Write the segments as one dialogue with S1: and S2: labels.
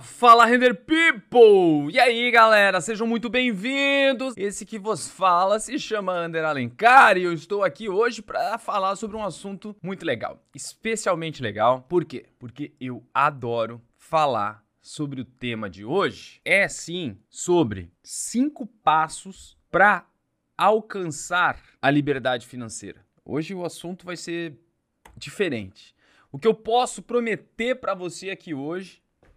S1: Fala, Render People! E aí, galera, sejam muito bem-vindos! Esse que vos fala se chama Ander Alencar e eu estou aqui hoje para falar sobre um assunto muito legal, especialmente legal. Por quê? Porque eu adoro falar sobre o tema de hoje. É sim sobre 5 passos para alcançar a liberdade financeira. Hoje o assunto vai ser diferente. O que eu posso prometer para você aqui hoje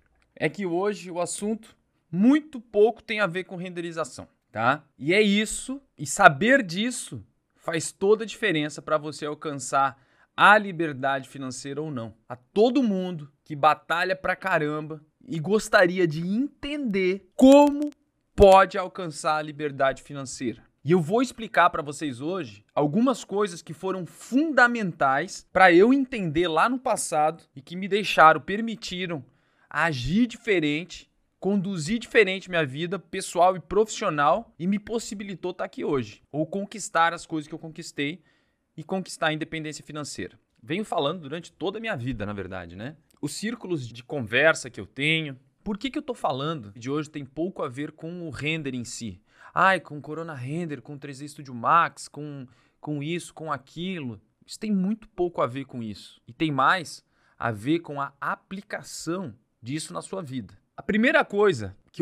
S1: é que hoje o assunto muito pouco tem a ver com renderização, tá? E é isso, e saber disso faz toda a diferença para você alcançar a liberdade financeira ou não. A todo mundo que batalha pra caramba e gostaria de entender como pode alcançar a liberdade financeira. E eu vou explicar para vocês hoje algumas coisas que foram fundamentais para eu entender lá no passado e que me permitiram agir diferente, conduzir diferente minha vida pessoal e profissional e me possibilitou estar aqui hoje. Ou conquistar as coisas que eu conquistei e conquistar a independência financeira. Venho falando durante toda a minha vida, na verdade, né? Os círculos de conversa que eu tenho. Por que eu tô falando de hoje tem pouco a ver com o render em si? Ai, com Corona Render, com 3D Studio Max, com isso, com aquilo. Isso tem muito pouco a ver com isso. E tem mais a ver com a aplicação disso na sua vida. A primeira coisa que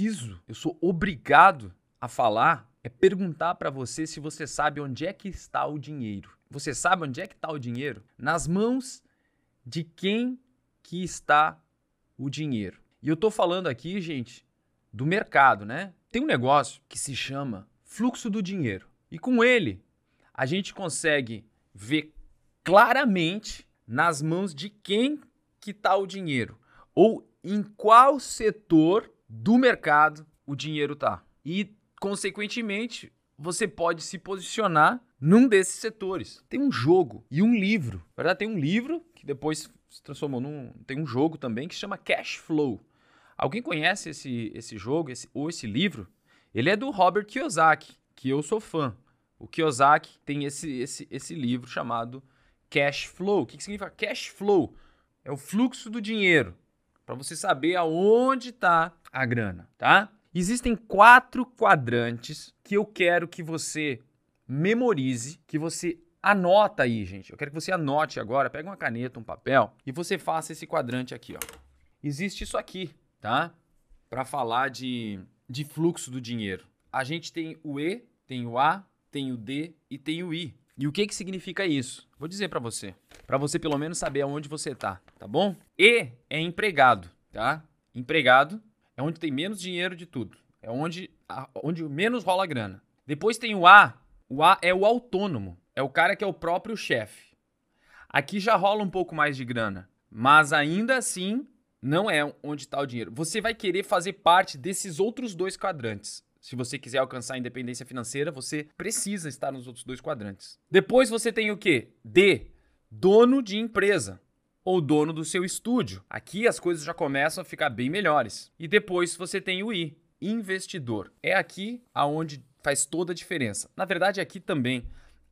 S1: eu sou obrigado a falar, é perguntar para você se você sabe onde é que está o dinheiro. Você sabe onde é que está o dinheiro? Nas mãos de quem que está o dinheiro. E eu tô falando aqui, gente, do mercado, né? Tem um negócio que se chama fluxo do dinheiro. E com ele, a gente consegue ver claramente nas mãos de quem que está o dinheiro. Ou em qual setor do mercado o dinheiro está. E, consequentemente, você pode se posicionar num desses setores. Tem um jogo e um livro. Na verdade, tem um livro que depois se transformou Tem um jogo também que se chama Cash Flow. Alguém conhece esse jogo ou esse livro? Ele é do Robert Kiyosaki, que eu sou fã. O Kiyosaki tem esse livro chamado Cash Flow. O que significa Cash Flow? É o fluxo do dinheiro, para você saber aonde está a grana, tá? Existem 4 quadrantes que eu quero que você memorize, que você anota aí, gente. Eu quero que você anote agora, pega uma caneta, um papel e você faça esse quadrante aqui, ó. Existe isso aqui, tá? Para falar de fluxo do dinheiro. A gente tem o E, tem o A, tem o D e tem o I. E o que significa isso? Vou dizer para você pelo menos saber aonde você tá bom? E é empregado, tá? Empregado é onde tem menos dinheiro de tudo. É onde menos rola grana. Depois tem o A é o autônomo, é o cara que é o próprio chefe. Aqui já rola um pouco mais de grana, mas ainda assim não é onde está o dinheiro. Você vai querer fazer parte desses outros 2 quadrantes. Se você quiser alcançar a independência financeira, você precisa estar nos outros 2 quadrantes. Depois você tem o quê? D, dono de empresa ou dono do seu estúdio. Aqui as coisas já começam a ficar bem melhores. E depois você tem o I, investidor. É aqui aonde faz toda a diferença. Na verdade, aqui também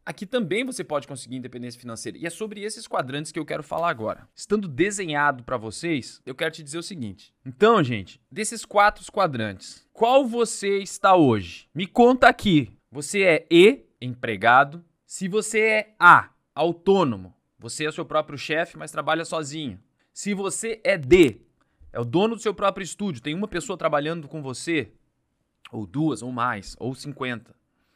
S1: você pode conseguir independência financeira. E é sobre esses quadrantes que eu quero falar agora. Estando desenhado para vocês, eu quero te dizer o seguinte. Então, gente, desses 4 quadrantes, qual você está hoje? Me conta aqui. Você é E, empregado. Se você é A, autônomo, você é o seu próprio chefe, mas trabalha sozinho. Se você é D, é o dono do seu próprio estúdio, tem uma pessoa trabalhando com você, ou 2, ou mais, ou 50.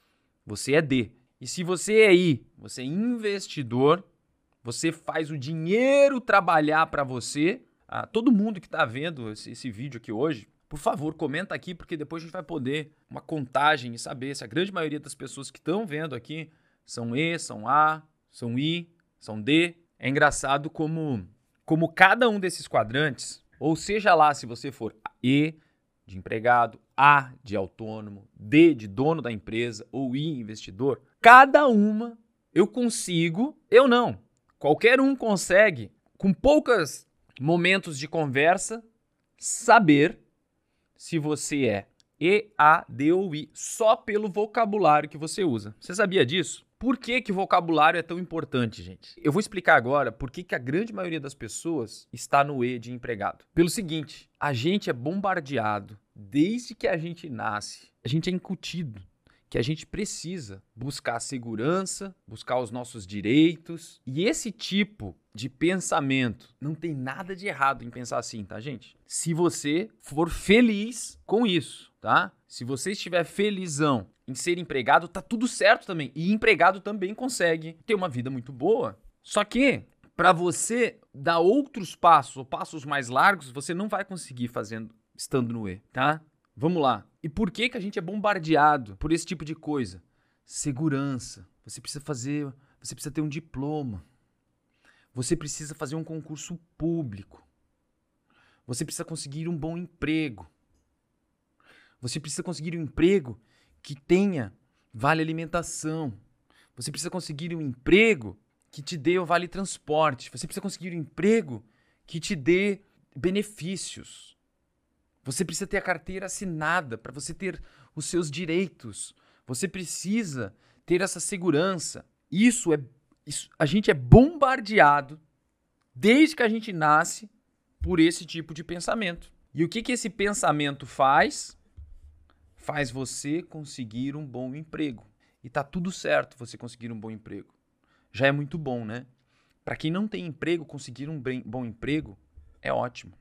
S1: Você é D. E se você é I, você é investidor, você faz o dinheiro trabalhar para você. Todo mundo que está vendo esse vídeo aqui hoje, por favor, comenta aqui, porque depois a gente vai poder uma contagem e saber se a grande maioria das pessoas que estão vendo aqui são E, são A, são I, são D. É engraçado como cada um desses quadrantes, ou seja lá se você for E, de empregado, A, de autônomo, D, de dono da empresa, ou I, investidor, cada uma qualquer um consegue, com poucos momentos de conversa, saber se você é E, A, D ou I, só pelo vocabulário que você usa. Você sabia disso? Por que que o vocabulário é tão importante, gente? Eu vou explicar agora por que que a grande maioria das pessoas está no E de empregado. Pelo seguinte, a gente é bombardeado desde que a gente nasce. A gente é incutido que a gente precisa buscar segurança, buscar os nossos direitos. E esse tipo de pensamento, não tem nada de errado em pensar assim, tá, gente? Se você for feliz com isso, tá? Se você estiver felizão em ser empregado, tá tudo certo também. E empregado também consegue ter uma vida muito boa. Só que, para você dar outros passos, ou passos mais largos, você não vai conseguir fazendo, estando no E, tá? Vamos lá. E por que que a gente é bombardeado por esse tipo de coisa? Segurança. Você precisa ter um diploma. Você precisa fazer um concurso público. Você precisa conseguir um bom emprego. Você precisa conseguir um emprego que tenha vale alimentação. Você precisa conseguir um emprego que te dê o vale transporte. Você precisa conseguir um emprego que te dê benefícios. Você precisa ter a carteira assinada para você ter os seus direitos. Você precisa ter essa segurança. A gente é bombardeado desde que a gente nasce por esse tipo de pensamento. E o que que esse pensamento faz? Faz você conseguir um bom emprego. E tá tudo certo você conseguir um bom emprego. Já é muito bom, né? Para quem não tem emprego, conseguir um bom emprego é ótimo.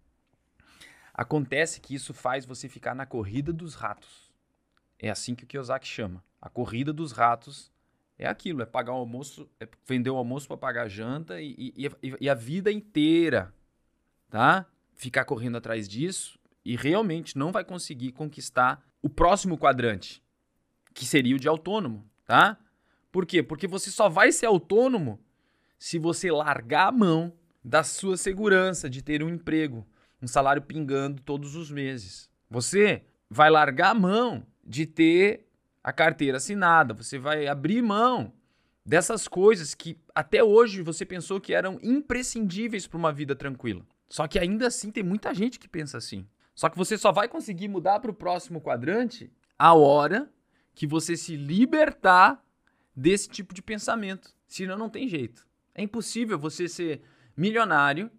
S1: Acontece que isso faz você ficar na corrida dos ratos. É assim que o Kiyosaki chama. A corrida dos ratos é aquilo, é pagar o almoço, é vender o almoço para pagar a janta e a vida inteira, tá? Ficar correndo atrás disso e realmente não vai conseguir conquistar o próximo quadrante, que seria o de autônomo, tá? Por quê? Porque você só vai ser autônomo se você largar a mão da sua segurança de ter um emprego, um salário pingando todos os meses. Você vai largar a mão de ter a carteira assinada, você vai abrir mão dessas coisas que até hoje você pensou que eram imprescindíveis para uma vida tranquila. Só que ainda assim tem muita gente que pensa assim. Só que você só vai conseguir mudar para o próximo quadrante a hora que você se libertar desse tipo de pensamento. Senão não tem jeito. É impossível você ser milionário,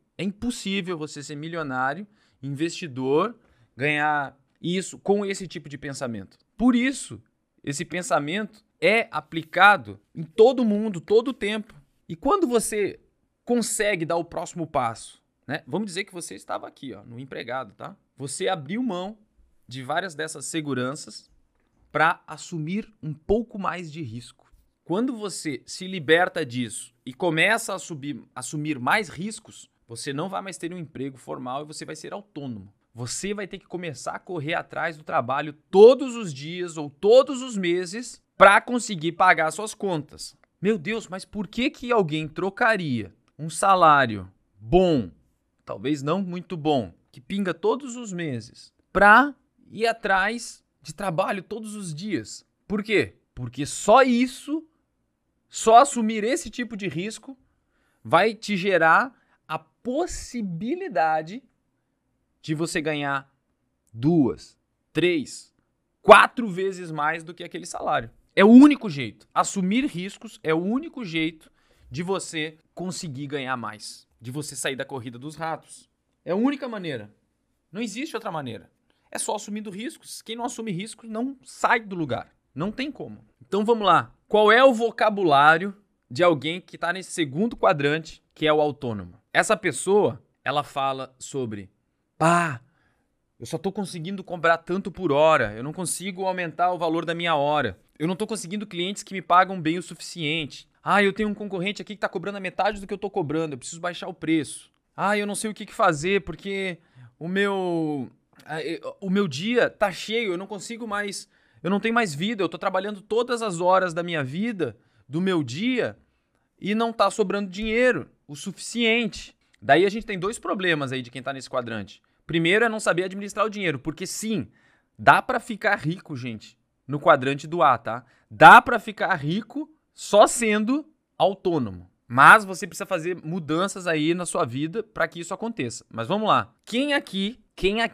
S1: investidor, ganhar isso com esse tipo de pensamento. Por isso, esse pensamento é aplicado em todo mundo, todo o tempo. E quando você consegue dar o próximo passo, né? Vamos dizer que você estava aqui, ó, no empregado, tá? Você abriu mão de várias dessas seguranças para assumir um pouco mais de risco. Quando você se liberta disso e começa a assumir mais riscos, você não vai mais ter um emprego formal e você vai ser autônomo. Você vai ter que começar a correr atrás do trabalho todos os dias ou todos os meses para conseguir pagar suas contas. Meu Deus, mas por que que alguém trocaria um salário bom, talvez não muito bom, que pinga todos os meses, para ir atrás de trabalho todos os dias? Por quê? Porque só isso, só assumir esse tipo de risco vai te gerar a possibilidade de você ganhar 2, 3, 4 vezes mais do que aquele salário. É o único jeito. Assumir riscos é o único jeito de você conseguir ganhar mais, de você sair da corrida dos ratos. É a única maneira. Não existe outra maneira. É só assumindo riscos. Quem não assume riscos não sai do lugar. Não tem como. Então vamos lá. Qual é o vocabulário de alguém que está nesse segundo quadrante, que é o autônomo? Essa pessoa, ela fala sobre: eu só estou conseguindo cobrar tanto por hora, eu não consigo aumentar o valor da minha hora, eu não estou conseguindo clientes que me pagam bem o suficiente. Eu tenho um concorrente aqui que está cobrando a metade do que eu estou cobrando, eu preciso baixar o preço. Eu não sei o que fazer porque o meu dia tá cheio, eu não consigo mais, eu não tenho mais vida, eu estou trabalhando todas as horas da minha vida, do meu dia, e não tá sobrando dinheiro o suficiente. Daí a gente tem 2 problemas aí de quem tá nesse quadrante. Primeiro é não saber administrar o dinheiro, porque sim, dá pra ficar rico, gente, no quadrante do A, tá? Dá pra ficar rico só sendo autônomo. Mas você precisa fazer mudanças aí na sua vida pra que isso aconteça. Mas vamos lá. Quem aqui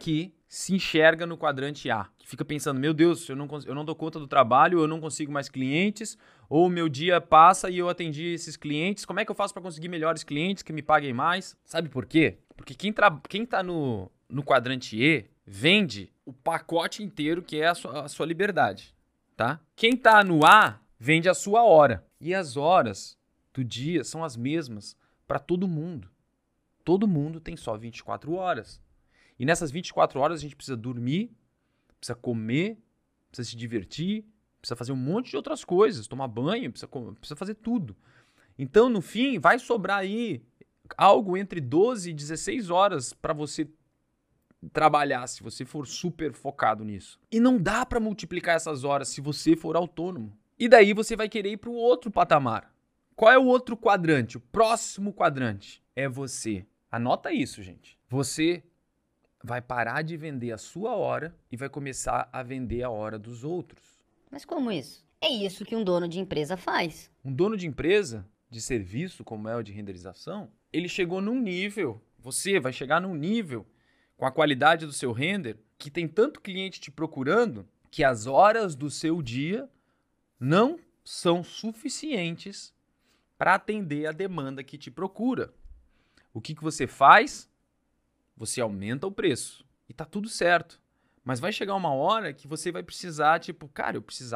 S1: se enxerga no quadrante A, que fica pensando, meu Deus, eu não dou conta do trabalho, eu não consigo mais clientes, ou o meu dia passa e eu atendi esses clientes, como é que eu faço para conseguir melhores clientes que me paguem mais? Sabe por quê? Porque quem tá no quadrante E vende o pacote inteiro que é a sua liberdade, tá? Quem tá no A vende a sua hora. E as horas do dia são as mesmas para todo mundo. Todo mundo tem só 24 horas. E nessas 24 horas a gente precisa dormir, precisa comer, precisa se divertir, precisa fazer um monte de outras coisas, tomar banho, precisa fazer tudo. Então, no fim, vai sobrar aí algo entre 12 e 16 horas para você trabalhar, se você for super focado nisso. E não dá para multiplicar essas horas se você for autônomo. E daí você vai querer ir para o outro patamar. Qual é o outro quadrante? O próximo quadrante é você. Anota isso, gente. Você vai parar de vender a sua hora e vai começar a vender a hora dos outros.
S2: Mas como isso? É isso que um dono de empresa faz.
S1: Um dono de empresa, de serviço, como é o de renderização, ele chegou num nível, você vai chegar num nível com a qualidade do seu render, que tem tanto cliente te procurando, que as horas do seu dia não são suficientes para atender a demanda que te procura. O que você faz? Você aumenta o preço e tá tudo certo. Mas vai chegar uma hora que você vai precisar, tipo, cara,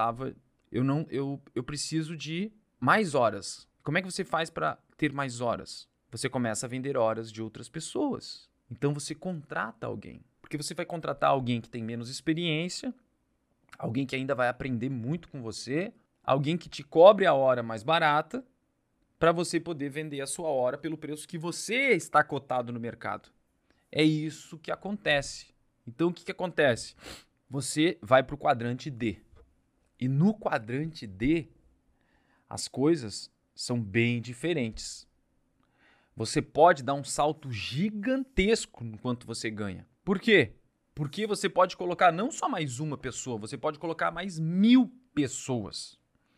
S1: eu preciso de mais horas. Como é que você faz para ter mais horas? Você começa a vender horas de outras pessoas. Então você contrata alguém. Porque você vai contratar alguém que tem menos experiência, alguém que ainda vai aprender muito com você, alguém que te cobre a hora mais barata, para você poder vender a sua hora pelo preço que você está cotado no mercado. É isso que acontece. Então, o que acontece? Você vai para o quadrante D. E no quadrante D, as coisas são bem diferentes. Você pode dar um salto gigantesco no quanto você ganha. Por quê? Porque você pode colocar não só mais uma pessoa, você pode colocar mais 1000 pessoas.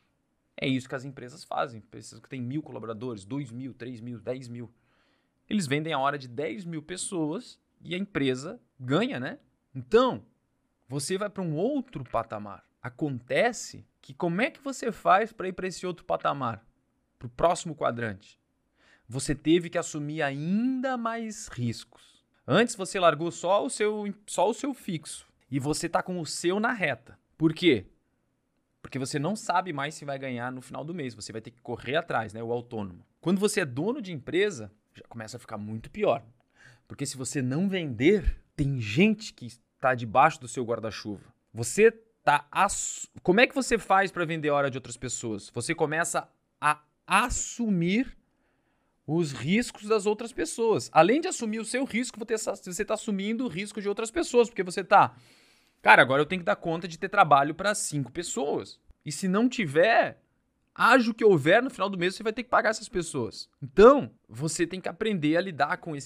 S1: É isso que as empresas fazem. Empresas que têm 1000 colaboradores, 2000, 3000, 10.000. Eles vendem a hora de 10.000 pessoas e a empresa ganha, né? Então, você vai para um outro patamar. Acontece que como é que você faz para ir para esse outro patamar? Para o próximo quadrante? Você teve que assumir ainda mais riscos. Antes você largou só o seu fixo e você está com o seu na reta. Por quê? Porque você não sabe mais se vai ganhar no final do mês. Você vai ter que correr atrás, né? O autônomo. Quando você é dono de empresa, já começa a ficar muito pior. Porque se você não vender, tem gente que está debaixo do seu guarda-chuva. Você tá... Como é que você faz para vender a hora de outras pessoas? Você começa a assumir os riscos das outras pessoas. Além de assumir o seu risco, você está assumindo o risco de outras pessoas. Porque você tá... Cara, agora eu tenho que dar conta de ter trabalho para 5 pessoas. E se não tiver... haja o que houver, no final do mês você vai ter que pagar essas pessoas. Então, você tem que aprender a lidar com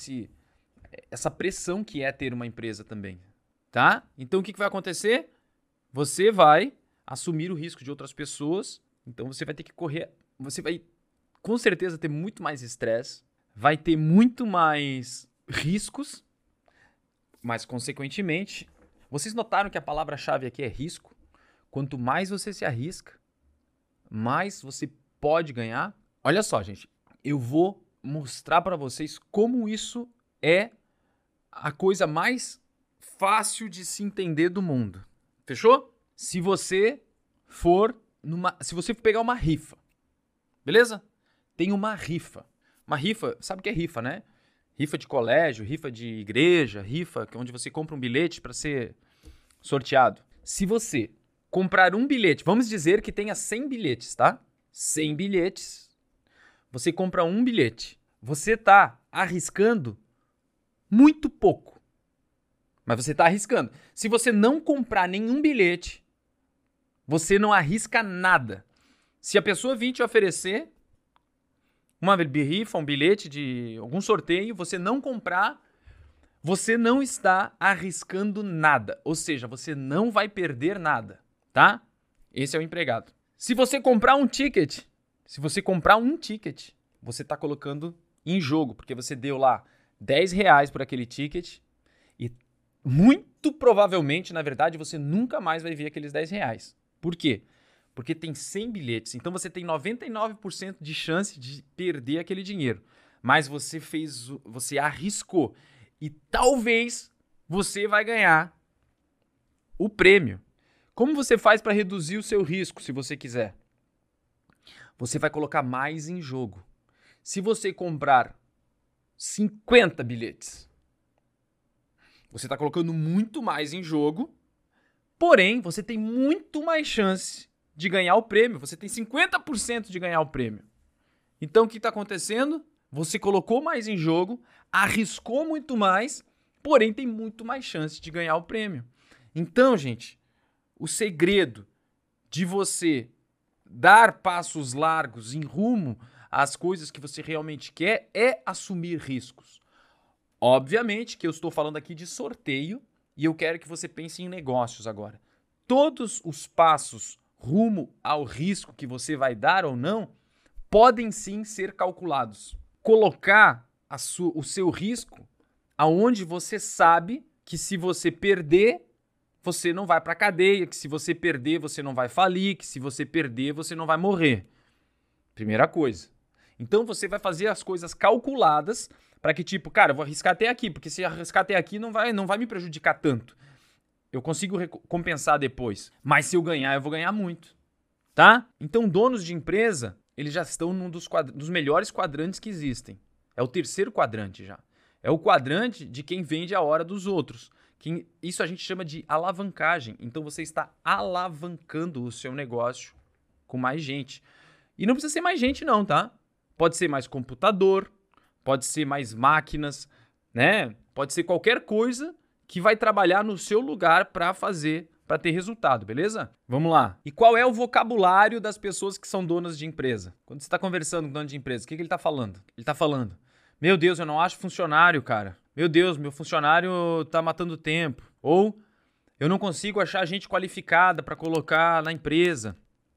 S1: essa pressão que é ter uma empresa também, tá? Então, o que vai acontecer? Você vai assumir o risco de outras pessoas, então você vai ter que correr, você vai com certeza ter muito mais estresse, vai ter muito mais riscos, mas consequentemente, vocês notaram que a palavra-chave aqui é risco? Quanto mais você se arrisca, mais você pode ganhar. Olha só, gente, eu vou mostrar para vocês como isso é a coisa mais fácil de se entender do mundo. Fechou? Se você for pegar uma rifa, beleza? Tem uma rifa. Uma rifa, sabe o que é rifa, né? Rifa de colégio, rifa de igreja, rifa onde você compra um bilhete para ser sorteado. Se você comprar um bilhete, vamos dizer que tenha 100 bilhetes, tá? 100 bilhetes. Você compra um bilhete. Você tá arriscando muito pouco. Mas você tá arriscando. Se você não comprar nenhum bilhete, você não arrisca nada. Se a pessoa vir te oferecer uma rifa, um bilhete de algum sorteio, você não comprar, você não está arriscando nada. Ou seja, você não vai perder nada. Tá? Esse é o empregado. Se você comprar um ticket, você está colocando em jogo, porque você deu lá R$10 por aquele ticket e muito provavelmente, na verdade, você nunca mais vai ver aqueles R$10. Por quê? Porque tem 100 bilhetes, então você tem 99% de chance de perder aquele dinheiro. Mas você arriscou e talvez você vai ganhar o prêmio. Como você faz para reduzir o seu risco, se você quiser? Você vai colocar mais em jogo. Se você comprar 50 bilhetes, você está colocando muito mais em jogo, porém, você tem muito mais chance de ganhar o prêmio. Você tem 50% de ganhar o prêmio. Então, o que está acontecendo? Você colocou mais em jogo, arriscou muito mais, porém tem muito mais chance de ganhar o prêmio. Então, gente, o segredo de você dar passos largos em rumo às coisas que você realmente quer é assumir riscos. Obviamente que eu estou falando aqui de sorteio e eu quero que você pense em negócios agora. Todos os passos rumo ao risco que você vai dar ou não podem sim ser calculados. Colocar o seu risco aonde você sabe que se você perder, você não vai para a cadeia, que se você perder, você não vai falir, que se você perder, você não vai morrer. Primeira coisa. Então você vai fazer as coisas calculadas para que tipo, cara, eu vou arriscar até aqui, porque se arriscar até aqui não vai me prejudicar tanto. Eu consigo compensar depois. Mas se eu ganhar, eu vou ganhar muito. Tá? Então donos de empresa, eles já estão num dos melhores quadrantes que existem. É o terceiro quadrante já. É o quadrante de quem vende a hora dos outros. Isso a gente chama de alavancagem. Então você está alavancando o seu negócio com mais gente. E não precisa ser mais gente não, tá? Pode ser mais computador, pode ser mais máquinas, né? Pode ser qualquer coisa que vai trabalhar no seu lugar para ter resultado, beleza? Vamos lá. E qual é o vocabulário das pessoas que são donas de empresa? Quando você está conversando com o dono de empresa, o que ele está falando? Ele está falando: meu Deus, eu não acho funcionário, cara. Meu Deus, meu funcionário tá matando tempo. Ou eu não consigo achar gente qualificada para colocar na empresa.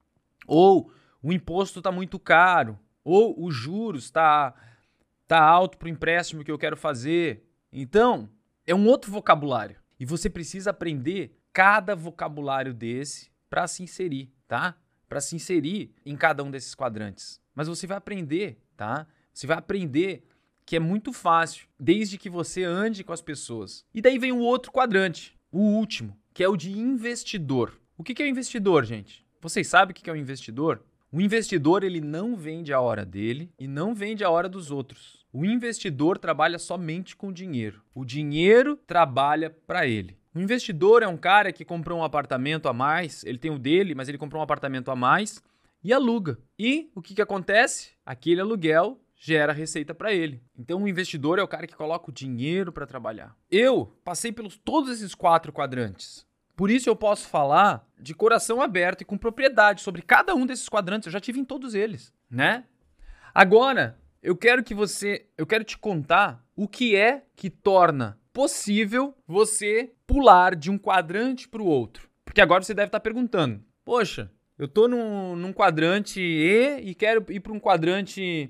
S1: Ou o imposto tá muito caro. Ou os juros tá alto pro empréstimo que eu quero fazer. Então, é um outro vocabulário. E você precisa aprender cada vocabulário desse para se inserir, tá? Para se inserir em cada um desses quadrantes. Mas você vai aprender, tá? Você vai aprender que é muito fácil, desde que você ande com as pessoas. E daí vem o outro quadrante, o último, que é o de investidor. O que é o investidor, gente? Vocês sabem o que é o investidor? O investidor, ele não vende a hora dele e não vende a hora dos outros. O investidor trabalha somente com dinheiro. O dinheiro trabalha para ele. O investidor é um cara que comprou um apartamento a mais, ele tem o dele, mas ele comprou um apartamento a mais e aluga. E o que acontece? Aquele aluguel gera receita para ele. Então o investidor é o cara que coloca o dinheiro para trabalhar. Eu passei pelos todos esses 4 quadrantes. Por isso eu posso falar de coração aberto e com propriedade sobre cada um desses quadrantes. Eu já tive em todos eles, né? Agora, eu quero te contar o que é que torna possível você pular de um quadrante para o outro. Porque agora você deve estar perguntando: poxa, eu tô num quadrante E e quero ir para um quadrante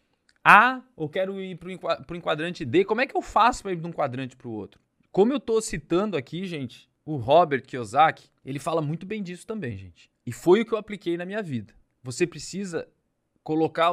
S1: A, ou quero ir para o quadrante D. Como é que eu faço para ir de um quadrante para o outro? Como eu estou citando aqui, gente, o Robert Kiyosaki, ele fala muito bem disso também, gente. E foi o que eu apliquei na minha vida. Você precisa colocar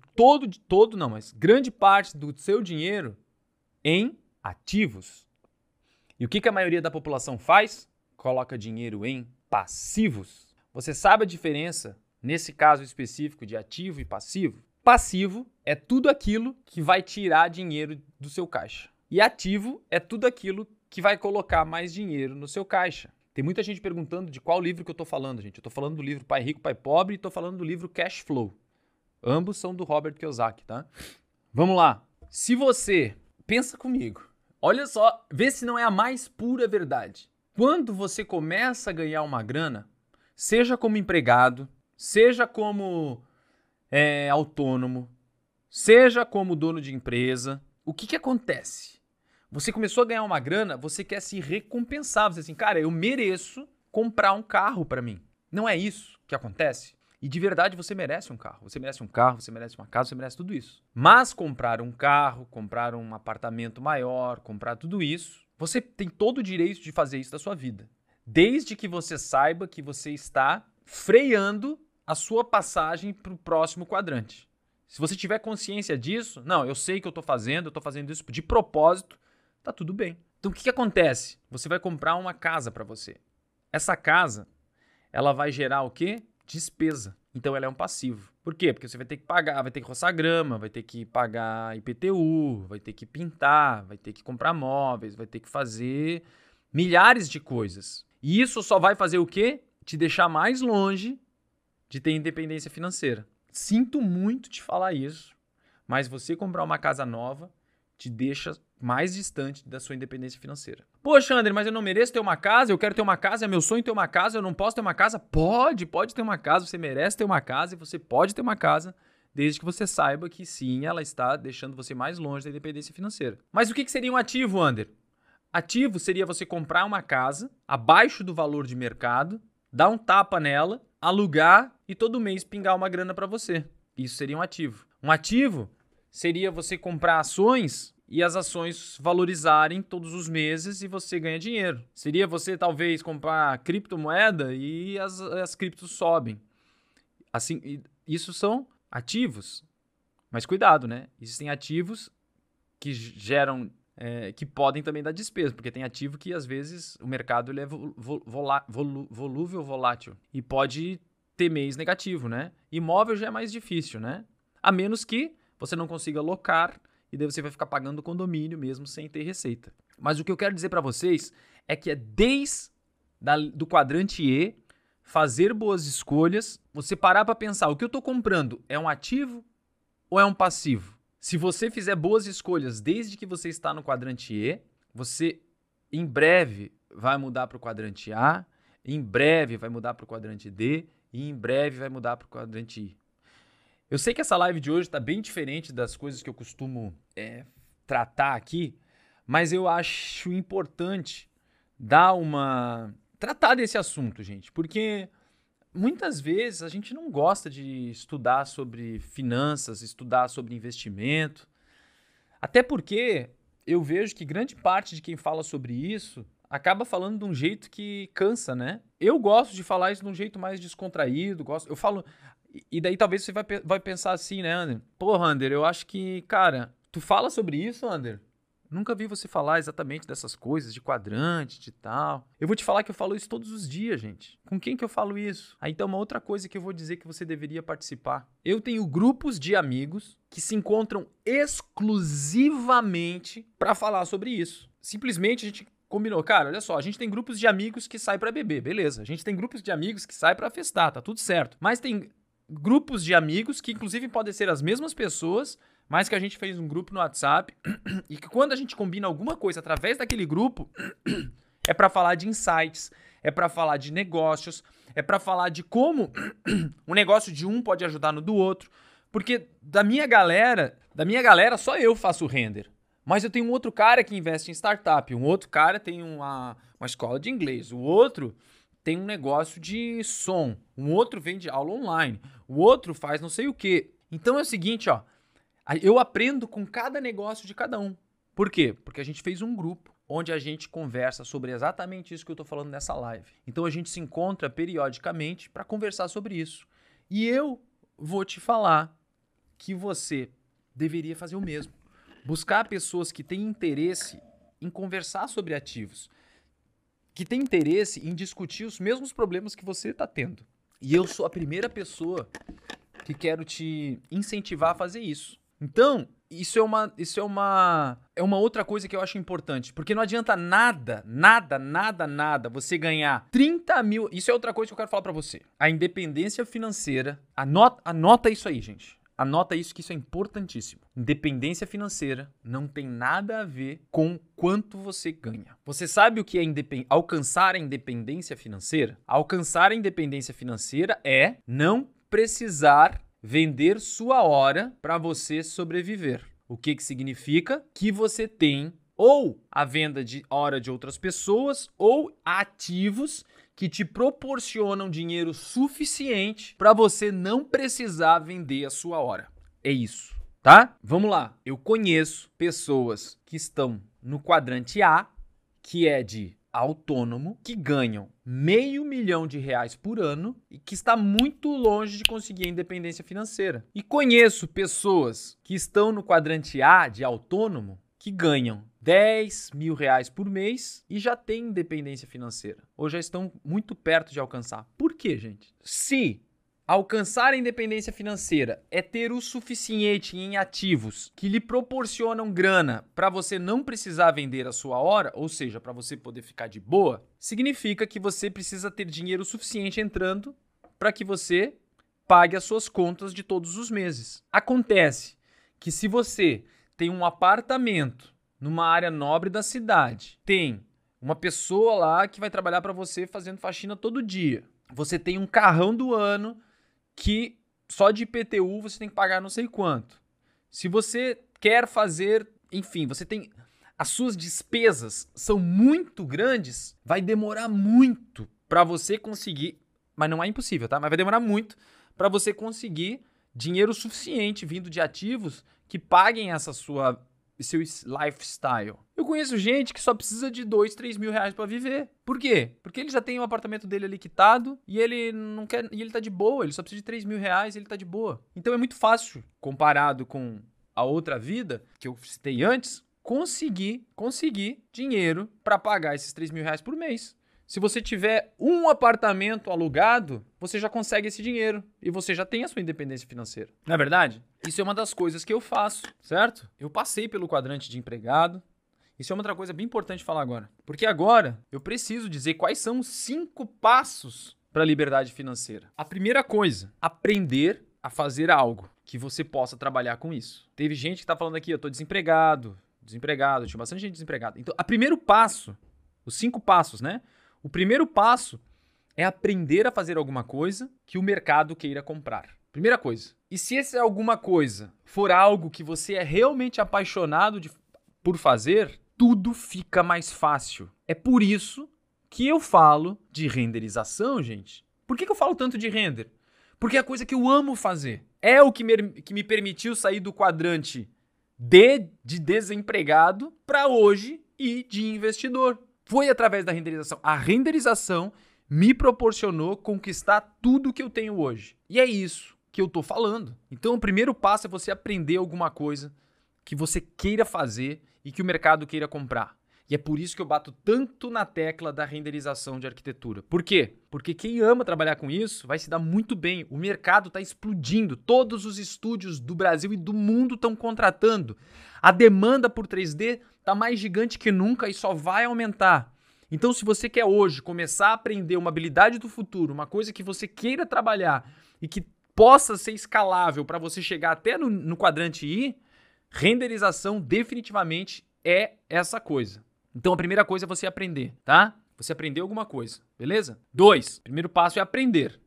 S1: mas grande parte do seu dinheiro em ativos. E o que a maioria da população faz? Coloca dinheiro em passivos. Você sabe a diferença, nesse caso específico, de ativo e passivo? Passivo é tudo aquilo que vai tirar dinheiro do seu caixa. E ativo é tudo aquilo que vai colocar mais dinheiro no seu caixa. Tem muita gente perguntando de qual livro que eu estou falando, gente. Eu estou falando do livro Pai Rico, Pai Pobre e estou falando do livro Cash Flow. Ambos são do Robert Kiyosaki, tá? Vamos lá. Se você... Pensa comigo. Olha só, vê se não é a mais pura verdade. Quando você começa a ganhar uma grana, seja como empregado, seja como autônomo, seja como dono de empresa, o que acontece? Você começou a ganhar uma grana, você quer se recompensar. Você diz assim, cara, eu mereço comprar um carro para mim. Não é isso que acontece? E de verdade você merece um carro. Você merece um carro, você merece uma casa, você merece tudo isso. Mas comprar um carro, comprar um apartamento maior, comprar tudo isso, Você tem todo o direito de fazer isso da sua vida, desde que você saiba que você está freando a sua passagem para o próximo quadrante. Se você tiver consciência disso, não, eu sei que eu estou fazendo isso de propósito, tá tudo bem. Então o que acontece? Você vai comprar uma casa para você. Essa casa, ela vai gerar o quê? Despesa. Então ela é um passivo. Por quê? Porque você vai ter que pagar, vai ter que roçar grama, vai ter que pagar IPTU, vai ter que pintar, vai ter que comprar móveis, vai ter que fazer milhares de coisas. E isso só vai fazer o quê? Te deixar mais longe de ter independência financeira. Sinto muito te falar isso, mas você comprar uma casa nova te deixa mais distante da sua independência financeira. Poxa, André, mas eu não mereço ter uma casa, eu quero ter uma casa, é meu sonho ter uma casa, eu não posso ter uma casa? Pode ter uma casa, você merece ter uma casa e você pode ter uma casa, desde que você saiba que sim, ela está deixando você mais longe da independência financeira. Mas o que seria um ativo, André? Ativo seria você comprar uma casa abaixo do valor de mercado, dar um tapa nela, alugar e todo mês pingar uma grana para você. Isso seria um ativo. Um ativo seria você comprar ações e as ações valorizarem todos os meses e você ganha dinheiro. Seria você talvez comprar criptomoeda e as criptos sobem. Assim, isso são ativos. Mas cuidado, né? Existem ativos que geram, que podem também dar despesa, porque tem ativo que às vezes o mercado ele é volúvel, volátil e pode ter mês negativo, né? Imóvel já é mais difícil, né? A menos que você não consiga alocar e daí você vai ficar pagando o condomínio mesmo sem ter receita. Mas o que eu quero dizer para vocês é que é desde do quadrante E, fazer boas escolhas, você parar para pensar, o que eu estou comprando é um ativo ou é um passivo? Se você fizer boas escolhas desde que você está no quadrante E, você em breve vai mudar para o quadrante A, em breve vai mudar para o quadrante D e em breve vai mudar para o quadrante I. Eu sei que essa live de hoje está bem diferente das coisas que eu costumo tratar aqui, mas eu acho importante tratar desse assunto, gente, porque muitas vezes a gente não gosta de estudar sobre finanças, estudar sobre investimento, até porque eu vejo que grande parte de quem fala sobre isso acaba falando de um jeito que cansa, né? Eu gosto de falar isso de um jeito mais descontraído, eu falo... E daí talvez você vai pensar assim, né, Ander? Porra, Ander, eu acho que, cara, tu fala sobre isso, Ander? Nunca vi você falar exatamente dessas coisas, de quadrante, de tal. Eu vou te falar que eu falo isso todos os dias, gente. Com quem que eu falo isso? Aí então uma outra coisa que eu vou dizer que você deveria participar. Eu tenho grupos de amigos que se encontram exclusivamente para falar sobre isso. Simplesmente a gente combinou, cara, olha só, a gente tem grupos de amigos que saem para beber, beleza. A gente tem grupos de amigos que saem para festar, tá tudo certo. Mas tem grupos de amigos que inclusive podem ser as mesmas pessoas, mas que a gente fez um grupo no WhatsApp e que quando a gente combina alguma coisa através daquele grupo é para falar de insights, é para falar de negócios, é para falar de como o negócio de um pode ajudar no do outro, porque da minha galera só eu faço render. Mas eu tenho um outro cara que investe em startup, um outro cara tem uma escola de inglês, o outro tem um negócio de som, um outro vende aula online, o outro faz não sei o quê. Então é o seguinte, ó, eu aprendo com cada negócio de cada um. Por quê? Porque a gente fez um grupo onde a gente conversa sobre exatamente isso que eu tô falando nessa live. Então a gente se encontra periodicamente para conversar sobre isso. E eu vou te falar que você deveria fazer o mesmo. Buscar pessoas que têm interesse em conversar sobre ativos, que tem interesse em discutir os mesmos problemas que você está tendo. E eu sou a primeira pessoa que quero te incentivar a fazer isso. Então, isso é uma outra coisa que eu acho importante, porque não adianta nada você ganhar 30 mil... Isso é outra coisa que eu quero falar para você. A independência financeira, anota isso aí, gente. Anota isso, que isso é importantíssimo. Independência financeira não tem nada a ver com quanto você ganha. Você sabe o que é alcançar a independência financeira? Alcançar a independência financeira é não precisar vender sua hora para você sobreviver. O que significa? Que você tem ou a venda de hora de outras pessoas ou ativos que te proporcionam dinheiro suficiente para você não precisar vender a sua hora. É isso, tá? Vamos lá. Eu conheço pessoas que estão no quadrante A que é de autônomo, que ganham R$500 mil por ano e que está muito longe de conseguir a independência financeira. E conheço pessoas que estão no quadrante A de autônomo que ganham R$10 mil por mês e já têm independência financeira, ou já estão muito perto de alcançar. Por quê, gente? Se alcançar a independência financeira é ter o suficiente em ativos que lhe proporcionam grana para você não precisar vender a sua hora, ou seja, para você poder ficar de boa, significa que você precisa ter dinheiro suficiente entrando para que você pague as suas contas de todos os meses. Acontece que se você tem um apartamento numa área nobre da cidade, tem uma pessoa lá que vai trabalhar para você fazendo faxina todo dia, você tem um carrão do ano que só de IPTU você tem que pagar não sei quanto. Se você quer fazer, enfim, você tem... As suas despesas são muito grandes, vai demorar muito para você conseguir... Mas não é impossível, tá? Mas vai demorar muito para você conseguir dinheiro suficiente vindo de ativos que paguem seu lifestyle. Eu conheço gente que só precisa de R$2, R$3 mil para viver. Por quê? Porque ele já tem o apartamento dele ali quitado e ele não quer, e ele tá de boa, ele só precisa de R$3 mil e ele tá de boa. Então é muito fácil, comparado com a outra vida que eu citei antes, conseguir dinheiro para pagar esses R$3 mil por mês. Se você tiver um apartamento alugado, você já consegue esse dinheiro e você já tem a sua independência financeira. Não é verdade? Isso é uma das coisas que eu faço, certo? Eu passei pelo quadrante de empregado. Isso é uma outra coisa bem importante falar agora. Porque agora eu preciso dizer quais são os 5 passos para a liberdade financeira. A primeira coisa, aprender a fazer algo que você possa trabalhar com isso. Teve gente que está falando aqui, eu estou desempregado, tinha bastante gente desempregada. Então, o primeiro passo, os 5 passos, né? O primeiro passo é aprender a fazer alguma coisa que o mercado queira comprar. Primeira coisa. E se essa alguma coisa for algo que você é realmente apaixonado por fazer, tudo fica mais fácil. É por isso que eu falo de renderização, gente. Por que eu falo tanto de render? Porque é a coisa que eu amo fazer. É o que me permitiu sair do quadrante de desempregado para hoje e de investidor. Foi através da renderização. A renderização me proporcionou conquistar tudo que eu tenho hoje. E é isso que eu tô falando. Então, o primeiro passo é você aprender alguma coisa que você queira fazer e que o mercado queira comprar. E é por isso que eu bato tanto na tecla da renderização de arquitetura. Por quê? Porque quem ama trabalhar com isso vai se dar muito bem. O mercado está explodindo. Todos os estúdios do Brasil e do mundo estão contratando. A demanda por 3D está mais gigante que nunca e só vai aumentar. Então, se você quer hoje começar a aprender uma habilidade do futuro, uma coisa que você queira trabalhar e que possa ser escalável para você chegar até no quadrante I, renderização definitivamente é essa coisa. Então, a primeira coisa é você aprender, tá? Você aprender alguma coisa, beleza? 2, primeiro passo é aprender.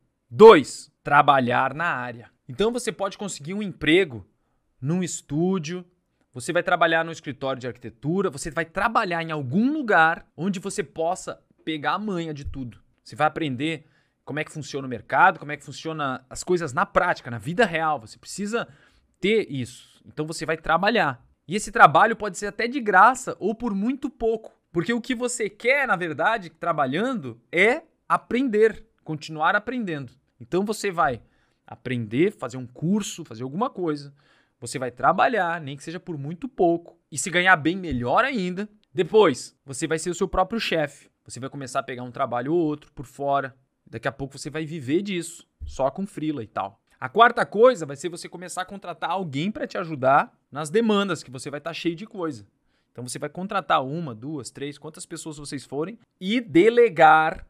S1: 2, trabalhar na área. Então, você pode conseguir um emprego num estúdio, você vai trabalhar no escritório de arquitetura, você vai trabalhar em algum lugar onde você possa pegar a manha de tudo. Você vai aprender como é que funciona o mercado, como é que funciona as coisas na prática, na vida real. Você precisa ter isso. Então você vai trabalhar. E esse trabalho pode ser até de graça ou por muito pouco. Porque o que você quer, na verdade, trabalhando, é aprender, continuar aprendendo. Então você vai aprender, fazer um curso, fazer alguma coisa. Você vai trabalhar, nem que seja por muito pouco. E se ganhar bem, melhor ainda. Depois, você vai ser o seu próprio chefe. Você vai começar a pegar um trabalho ou outro por fora. Daqui a pouco você vai viver disso, só com freela e tal. A quarta coisa vai ser você começar a contratar alguém para te ajudar nas demandas, que você vai estar cheio de coisa. Então você vai contratar 1, 2, 3, quantas pessoas vocês forem e delegar.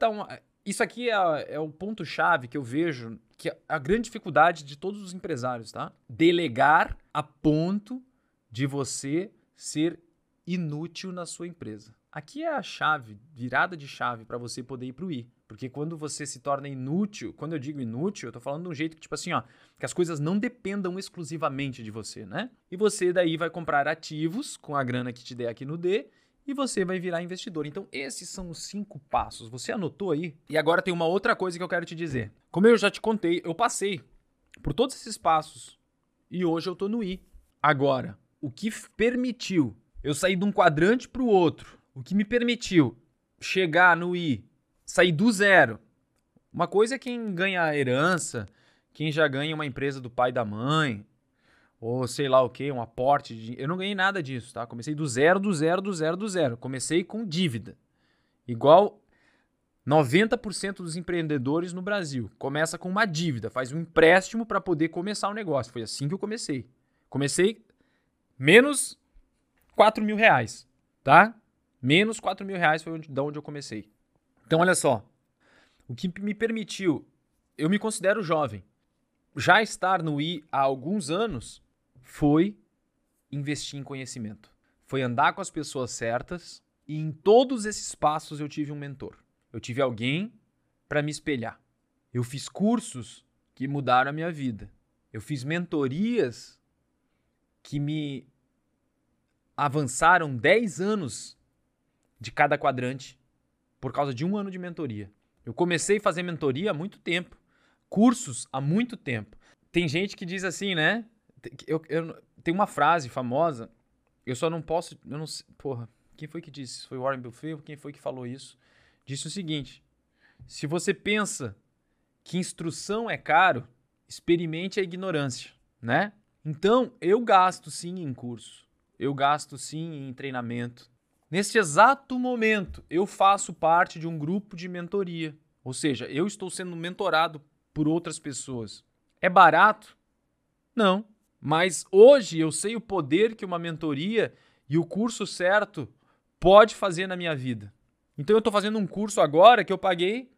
S1: Isso aqui é o ponto-chave que eu vejo, que é a grande dificuldade de todos os empresários, tá? Delegar a ponto de você ser inútil na sua empresa. Aqui é a chave, virada de chave para você poder ir pro I. Porque quando você se torna inútil, quando eu digo inútil, eu tô falando de um jeito que, tipo assim, ó, que as coisas não dependam exclusivamente de você, né? E você daí vai comprar ativos com a grana que te der aqui no D e você vai virar investidor. Então, esses são os 5 passos. Você anotou aí? E agora tem uma outra coisa que eu quero te dizer. Como eu já te contei, eu passei por todos esses passos e hoje eu tô no I. Agora, o que permitiu eu sair de um quadrante pro outro, O que me permitiu chegar no I, sair do zero. Uma coisa é quem ganha herança, quem já ganha uma empresa do pai e da mãe, ou sei lá o que, um aporte. Eu não ganhei nada disso, tá? Comecei do zero, do zero, do zero, do zero. Comecei com dívida. Igual 90% dos empreendedores no Brasil. Começa com uma dívida, faz um empréstimo para poder começar o negócio. Foi assim que eu comecei. Comecei menos 4 mil reais, tá? Menos 4 mil reais foi de onde eu comecei. Então, olha só. O que me permitiu, eu me considero jovem, já estar no I há alguns anos foi investir em conhecimento. Foi andar com as pessoas certas e em todos esses passos eu tive um mentor. Eu tive alguém para me espelhar. Eu fiz cursos que mudaram a minha vida. Eu fiz mentorias que me avançaram 10 anos de cada quadrante por causa de um ano de mentoria. Eu comecei a fazer mentoria há muito tempo. Cursos há muito tempo. Tem gente que diz assim, né? Tem uma frase famosa. Eu só não posso... Eu não sei, porra, quem foi que disse? Foi o Warren Buffett? Quem foi que falou isso? Disse o seguinte: se você pensa que instrução é caro, experimente a ignorância, né? Então, eu gasto sim em curso. Eu gasto sim em treinamento. Neste exato momento, eu faço parte de um grupo de mentoria. Ou seja, eu estou sendo mentorado por outras pessoas. É barato? Não. Mas hoje eu sei o poder que uma mentoria e o curso certo pode fazer na minha vida. Então eu estou fazendo um curso agora que eu paguei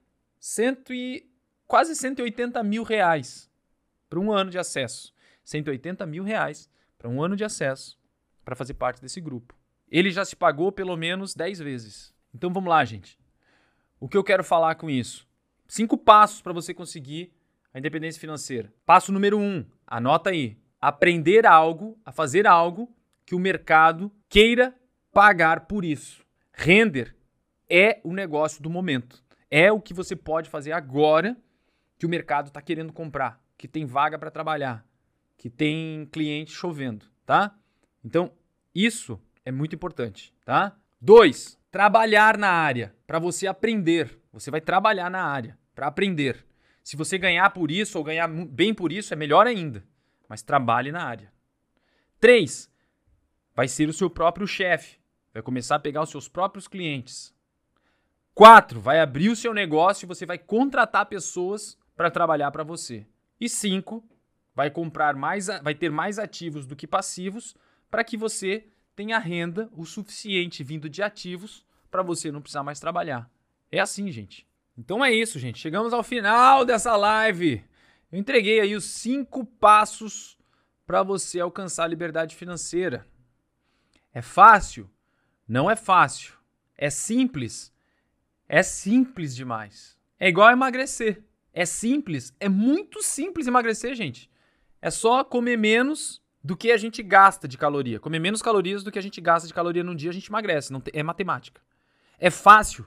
S1: quase 180 mil reais para um ano de acesso. 180 mil reais para um ano de acesso para fazer parte desse grupo. Ele já se pagou pelo menos 10 vezes. Então vamos lá, gente. O que eu quero falar com isso? 5 passos para você conseguir a independência financeira. Passo número 1, anota aí. Aprender algo, a fazer algo que o mercado queira pagar por isso. Render é o negócio do momento. É o que você pode fazer agora que o mercado está querendo comprar, que tem vaga para trabalhar, que tem cliente chovendo, tá? Então, isso é muito importante, tá? 2, trabalhar na área, para você aprender. Você vai trabalhar na área para aprender. Se você ganhar por isso ou ganhar bem por isso, é melhor ainda. Mas trabalhe na área. 3, vai ser o seu próprio chefe. Vai começar a pegar os seus próprios clientes. 4, vai abrir o seu negócio e você vai contratar pessoas para trabalhar para você. E 5, vai ter mais ativos do que passivos para que você tenha renda o suficiente vindo de ativos para você não precisar mais trabalhar. É assim, gente. Então é isso, gente. Chegamos ao final dessa live. Eu entreguei aí os 5 passos para você alcançar a liberdade financeira. É fácil? Não é fácil. É simples? É simples demais. É igual emagrecer. É simples? É muito simples emagrecer, gente. É só comer menos do que a gente gasta de caloria. Comer menos calorias do que a gente gasta de caloria num dia, a gente emagrece. Não é matemática. É fácil?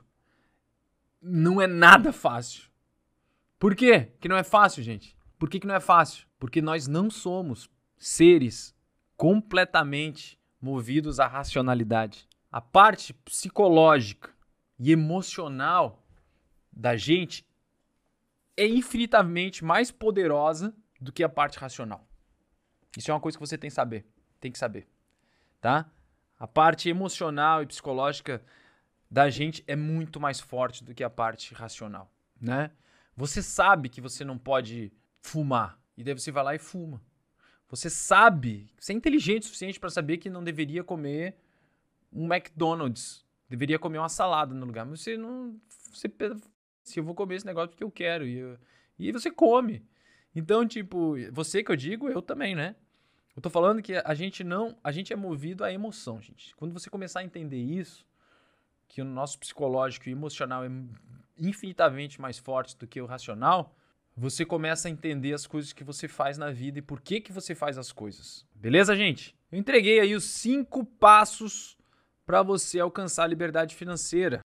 S1: Não é nada fácil. Por quê que não é fácil, gente? Por que não é fácil? Porque nós não somos seres completamente movidos à racionalidade. A parte psicológica e emocional da gente é infinitamente mais poderosa do que a parte racional. Isso é uma coisa que você tem que saber, tá? A parte emocional e psicológica da gente é muito mais forte do que a parte racional, né? Você sabe que você não pode fumar e daí você vai lá e fuma. Você sabe, você é inteligente o suficiente para saber que não deveria comer um McDonald's, deveria comer uma salada no lugar, mas você não, se eu vou comer esse negócio porque eu quero e você come. Então, tipo, você que eu digo, eu também, né? Eu tô falando que a gente é movido à emoção, gente. Quando você começar a entender isso, que o nosso psicológico e emocional é infinitamente mais forte do que o racional, você começa a entender as coisas que você faz na vida e por que você faz as coisas. Beleza, gente? Eu entreguei aí os 5 passos para você alcançar a liberdade financeira.